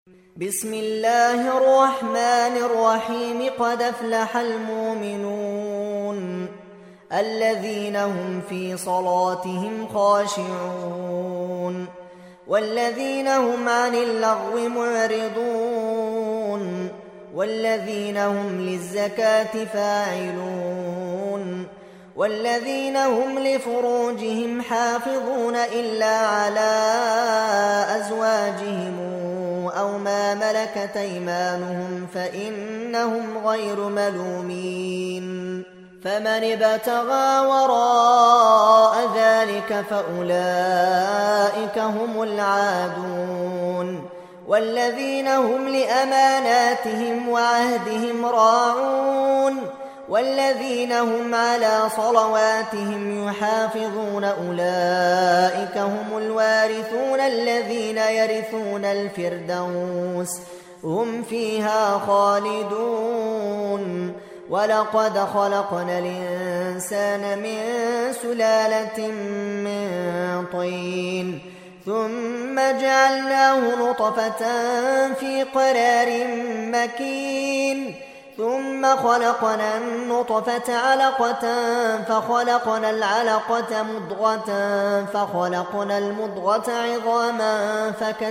بسم الله الرحمن الرحيم. قد أفلح المؤمنون الذين هم في صلاتهم خاشعون والذين هم عن اللغو معرضون والذين هم للزكاة فاعلون والذين هم لفروجهم حافظون إلا على أزواجهم أو ما ملكت أيمانهم فإنهم غير ملومين. فمن ابتغى وراء ذلك فأولئك هم العادون والذين هم لأماناتهم وعهدهم راعون والذين هم على صلواتهم يحافظون أولئك هم الوارثون الذين يرثون الفردوس هم فيها خالدون. ولقد خلقنا الإنسان من سلالة من طين ثم جعلناه نطفة في قرار مكين ثم خلقنا النطفة علقة فخلقنا العلقة مضغة فخلقنا المضغة عظاما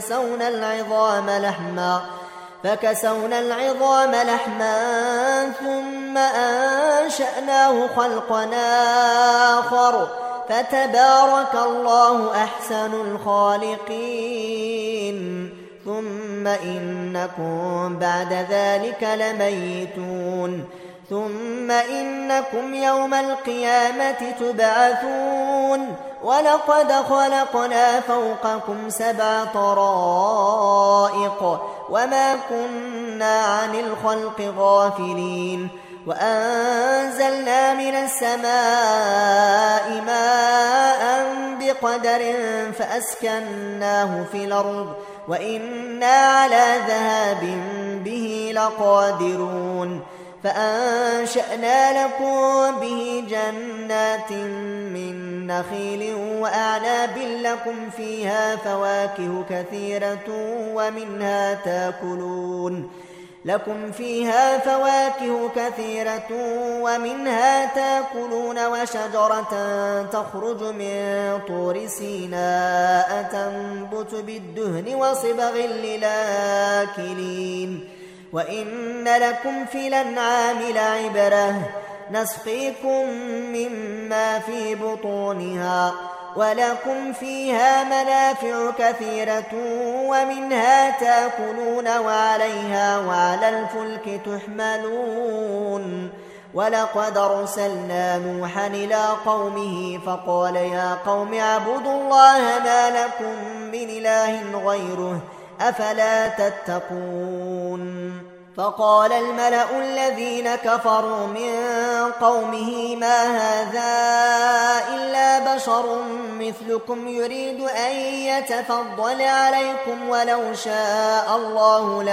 فكسونا العظام لحما ثم أنشأناه خلقا آخر فتبارك الله أحسن الخالقين. ثم إنكم بعد ذلك لميتون ثم إنكم يوم القيامة تبعثون. ولقد خلقنا فوقكم 7 طرائق وما كنا عن الخلق غافلين وأنزلنا من السماء ماء بقدر فأسكناه في الأرض وإنا على ذهاب به لقادرون. فأنشأنا لكم به جنات من نخيل وأعناب لكم فيها فواكه كثيرة ومنها تاكلون وشجرة تخرج من طور سيناء تنبت بالدهن وصبغ للآكلين. وإن لكم في الأنعام لعبرة نسقيكم مما في بطونها ولكم فيها منافع كثيرة ومنها تأكلون وعليها وعلى الفلك تحملون. ولقد أرسلنا نوحا إلى قومه فقال يا قوم اعبدوا الله ما لكم من إله غيره أفلا تتقون. فقال الملأ الذين كفروا من قومه ما هذا إلا بشر مثلكم يريد أن يتفضل عليكم ولو شاء الله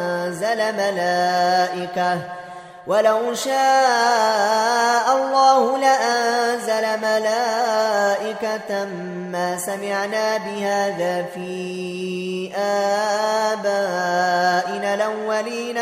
لأنزل ملائكة ما سمعنا بهذا في آبائنا الأولين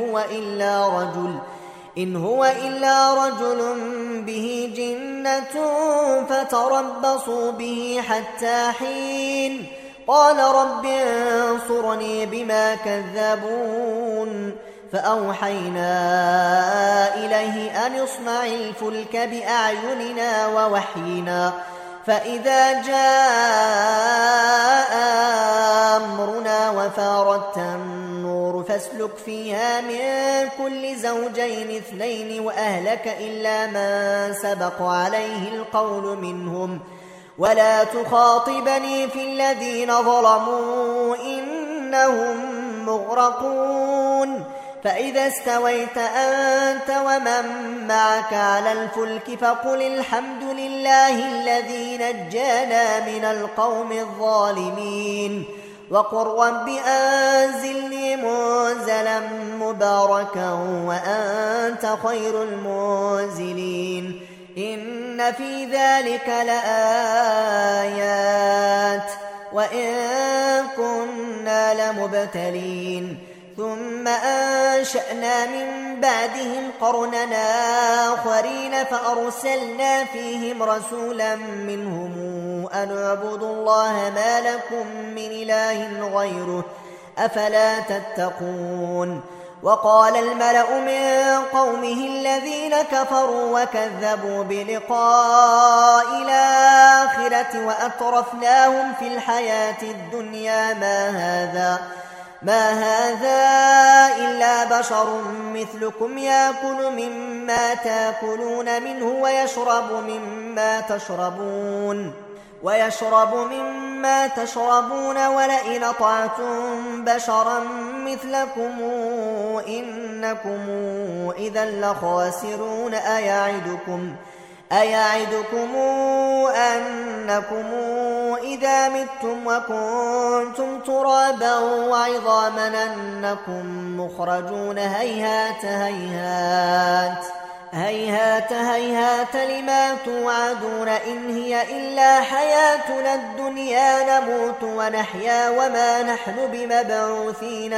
إن هو إلا رجل به جنة فتربصوا به حتى حين. قال رب انصرني بما كذبون. فأوحينا إليه أن اصنع الفلك بأعيننا ووحينا فإذا جاء أمرنا وفارت النور فاسلك فيها من كل زوجين 2 وأهلك إلا من سبق عليه القول منهم ولا تخاطبني في الذين ظلموا إنهم مغرقون. فإذا استويت أنت ومن معك على الفلك فقل الحمد لله الذي نجانا من القوم الظالمين وقل رب أنزلني منزلا مباركا وأنت خير المنزلين. إن في ذلك لآيات وإن كنا لمبتلين ثم أنشأنا من بعدهم قرننا آخرين فأرسلنا فيهم رسولا منهم أن اعبدوا الله ما لكم من إله غيره أفلا تتقون وقال الملأ من قومه الذين كفروا وكذبوا بلقاء الآخرة وأترفناهم في الحياة الدنيا ما هذا إلا بشر مثلكم يأكل مما تأكلون منه ويشرب مما تشربون ولئن أطعتم بشرا مثلكم إنكم إذا لخاسرون أيعدكم أنكم إذا متم وكنتم ترابا وعظاما أنكم مخرجون هيهات لما توعدون إن هي إلا حياتنا الدنيا نموت ونحيا وما نحن بمبعوثين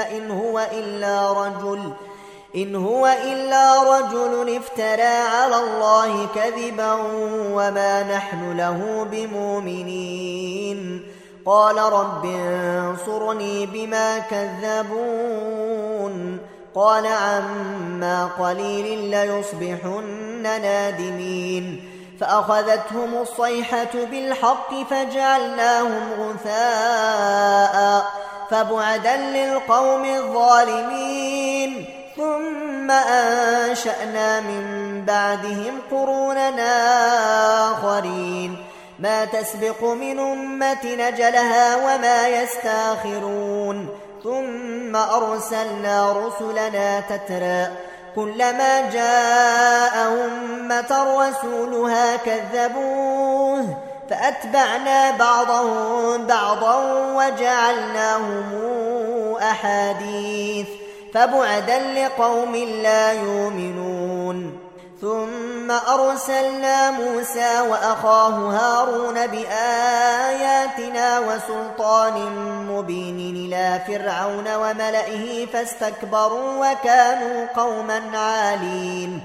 إن هو إلا رجل افترى على الله كذبا وما نحن له بمؤمنين قال رب انصرني بما كذبون قال عما قليل ليصبحن نادمين فأخذتهم الصيحة بالحق فجعلناهم غثاء فبعدا للقوم الظالمين ثم أنشأنا من بعدهم قروننا آخرين ما تسبق من أمة نجلها وما يستاخرون ثم أرسلنا رسلنا تترى كلما جاء أمة رسولها كذبوه فأتبعنا بعضهم بعضا وجعلناهم أحاديث فبعدا لقوم لا يؤمنون ثم أرسلنا موسى وأخاه هارون بآياتنا وسلطان مبين إلى فرعون وملئه فاستكبروا وكانوا قوما عالين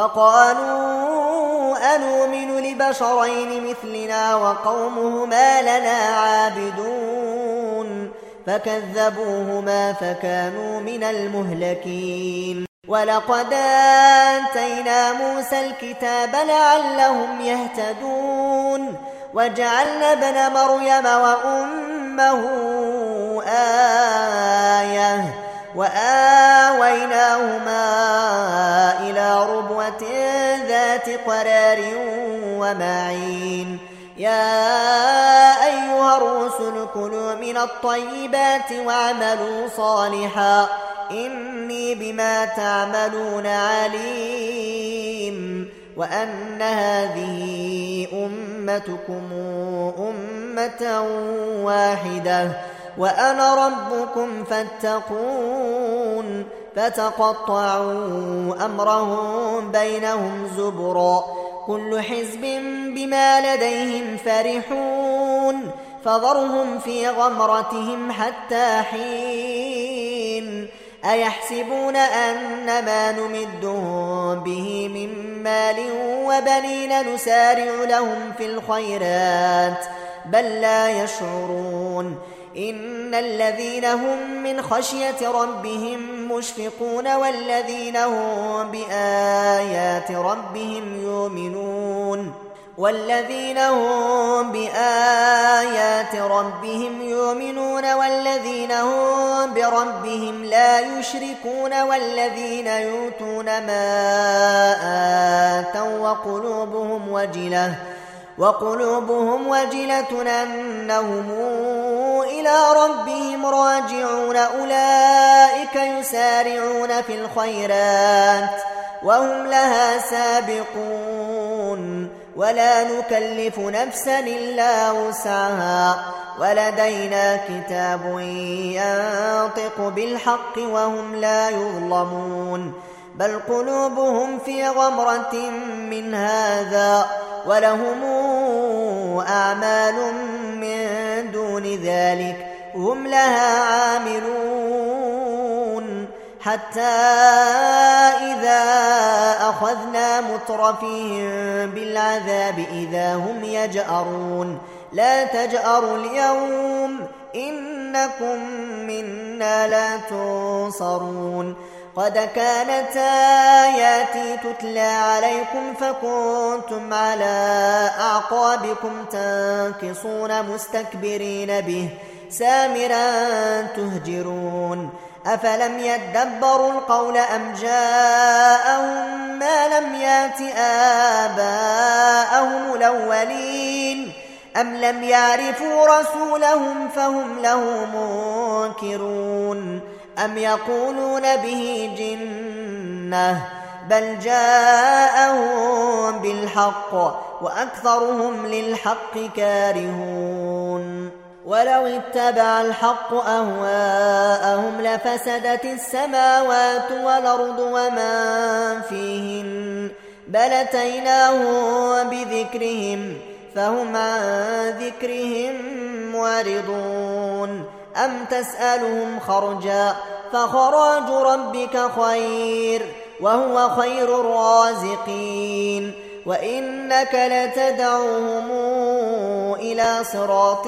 فقالوا أنؤمن لبشرين مثلنا وقومهما لنا عابدون فكذبوهما فكانوا من المهلكين ولقد آتينا موسى الكتاب لعلهم يهتدون وجعلنا ابن مريم وأمه آية وآويناهما إلى ربوة ذات قرار ومعين يا أيها الرسل كلوا من الطيبات واعملوا صالحا إني بما تعملون عليم وأن هذه أمتكم أمة واحدة وأنا ربكم فاتقون فتقطعوا أمرهم بينهم زبرا كل حزب بما لديهم فرحون فذرهم في غمرتهم حتى حين أيحسبون أن ما نمدهم به من مال وبنين نسارع لهم في الخيرات بل لا يشعرون إن الذين هم من خشية ربهم مشفقون والذين هم بآيات ربهم يؤمنون والذين هم بربهم لا يشركون والذين يؤتون ما آتوا وقلوبهم وجلة أنهم إلى ربهم راجعون أولئك يسارعون في الخيرات وهم لها سابقون ولا نكلف نفسا إلا وسعها ولدينا كتاب ينطق بالحق وهم لا يظلمون بل قلوبهم في غمرة من هذا ولهم أعمال من دون ذلك هم لها عاملون حتى إذا أخذنا مترفيهم بالعذاب إذا هم يجأرون لا تجأروا اليوم إنكم منا لا تنصرون قد كانت آياتي تتلى عليكم فكنتم على أعقابكم تنكصون مستكبرين به سامرا تهجرون أفلم يدبروا القول أم جاءهم ما لم يات آباءهم الأولين أم لم يعرفوا رسولهم فهم له منكرون أم يقولون به جنة بل جاءهم بالحق وأكثرهم للحق كارهون ولو اتبع الحق أهواءهم لفسدت السماوات والأرض ومن فيهن بل أتيناهم بذكرهم فهم عن ذكرهم معرضون أم تسألهم خرجا فخراج ربك خير وهو خير الرازقين وإنك لتدعوهم إلى صراط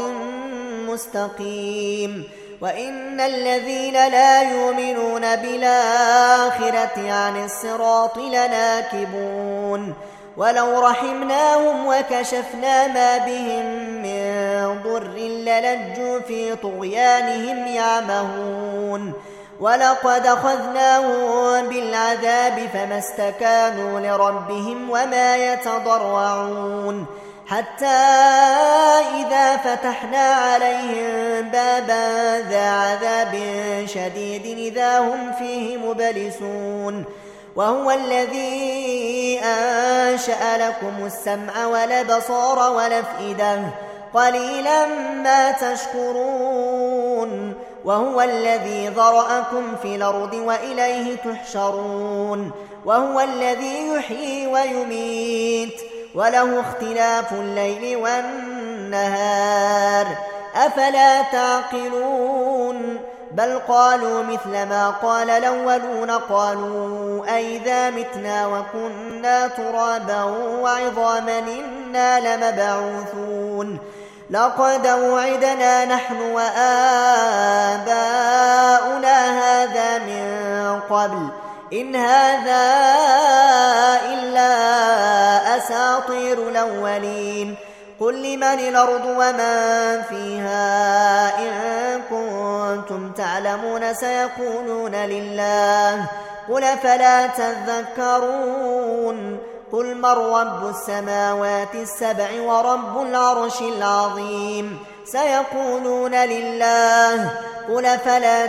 مستقيم وإن الذين لا يؤمنون بالآخرة عن الصراط لناكبون ولو رحمناهم وكشفنا ما بهم من ضر للجوا في طغيانهم يعمهون ولقد أخذناهم بالعذاب فما استكانوا لربهم وما يتضرعون حتى إذا فتحنا عليهم بابا ذا عذاب شديد إذا هم فيه مبلسون وهو الذي أنشأ لكم السمع والأبصار والأفئدة قليلا ما تشكرون وهو الذي ذرأكم في الأرض وإليه تحشرون وهو الذي يحيي ويميت وله اختلاف الليل والنهار أفلا تعقلون بل قالوا مثل ما قال الأولون قالوا أئذا متنا وكنا ترابا وعظاما إنا لمبعوثون لقد وعدنا نحن وآباؤنا هذا من قبل إن هذا إلا أساطير الأولين قل لمن الأرض ومن فيها إن كنتم تعلمون سيقولون لله قل فلا تذكرون قل من رب السماوات السبع ورب العرش العظيم سيقولون لله قل فلا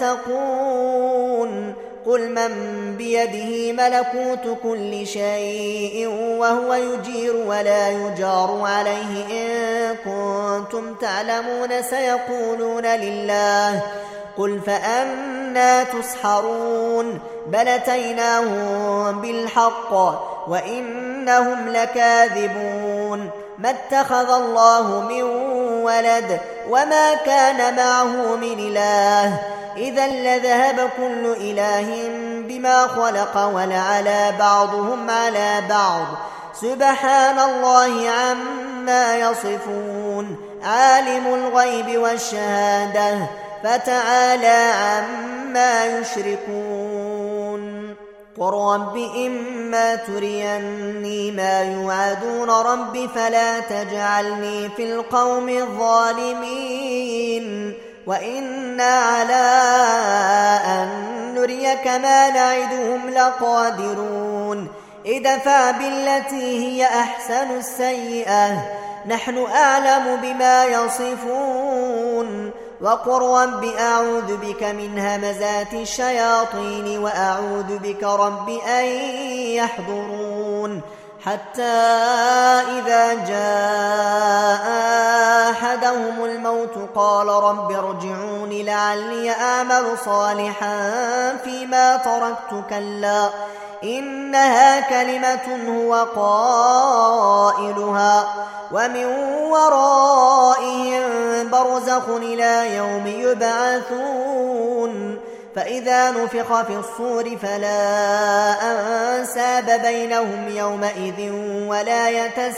تتقون قل من بيده ملكوت كل شيء وهو يجير ولا يجار عليه إن كنتم تعلمون سيقولون لله قل فأنى تسحرون بل أتيناهم بالحق وإنهم لكاذبون ما اتخذ الله من ولد وما كان معه من إله إذا لذهب كل إله بما خلق ولعلى بعضهم على بعض سبحان الله عما يصفون عالم الغيب والشهادة فتعالى عما يشركون قل رب إما تريني ما يوعدون رب فلا تجعلني في القوم الظالمين وإنا على أن نريك ما نعدهم لقادرون ادفع بالتي هي أحسن السيئة نحن أعلم بما يصفون وقل رب أعوذ بك من همزات الشياطين وأعوذ بك رب أن يحضرون حتى إذا جاء أحدهم الموت قال رب ارجعون لعلي أعمل صالحا فيما تركت كلا إنها كلمة هو قائلها ومن ورائهم برزخ إلى يوم يبعثون فإذا نفخ في الصور فلا أنساب بينهم يومئذ ولا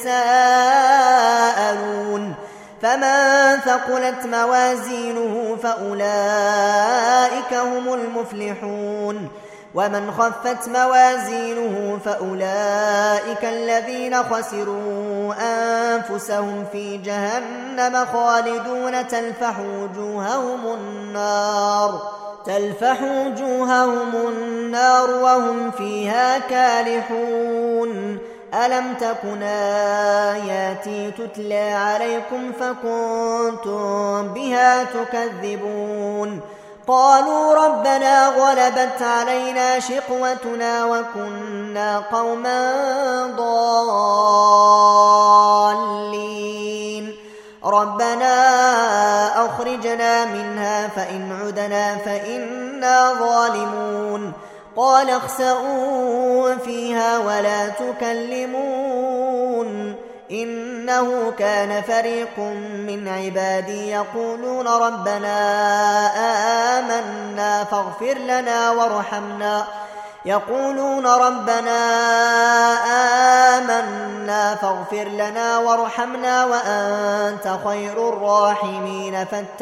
يتساءلون فمن ثقلت موازينه فأولئك هم المفلحون ومن خفت موازينه فأولئك الذين خسروا أنفسهم في جهنم خالدون تلفح وجوههم النار وهم فيها كالحون ألم تكن آياتي تتلى عليكم فكنتم بها تكذبون قالوا ربنا غلبت علينا شقوتنا وكنا قوما ضالين ربنا أخرجنا منها فإن عدنا فإنا ظالمون قال اخسئوا فيها ولا تكلمون إنه كان فريق من عبادي يقولون ربنا آمنا فاغفر لنا وارحمنا وأنت خير الراحمين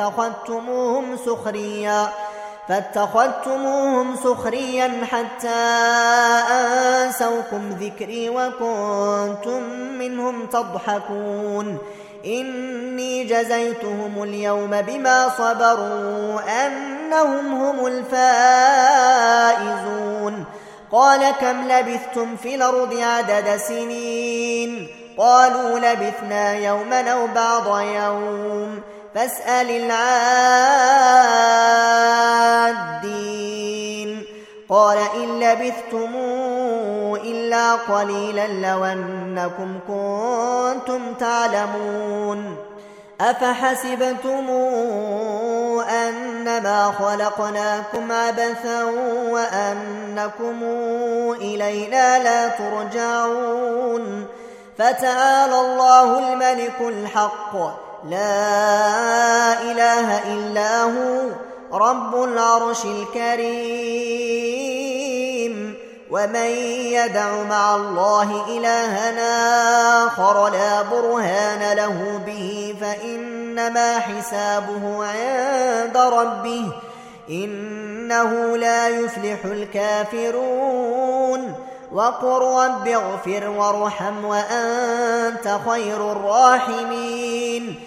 فاتخذتموهم سخريا حتى أنسوكم ذكري وكنتم منهم تضحكون إني جزيتهم اليوم بما صبروا أنهم هم الفائزون قال كم لبثتم في الأرض عدد سنين قالوا لبثنا يوما أو بعض يوم فاسأل العادين قال إن لبثتم إلا قليلا لو أنكم كنتم تعلمون أفحسبتم أنما خلقناكم عبثا وأنكم إلينا لا ترجعون فتعالى الله الملك الحق لا إله إلا هو رب العرش الكريم ومن يدع مع الله إلها آخر لا برهان له به فإنما حسابه عند ربه إنه لا يفلح الكافرون وقل رب اغفر وارحم وأنت خير الراحمين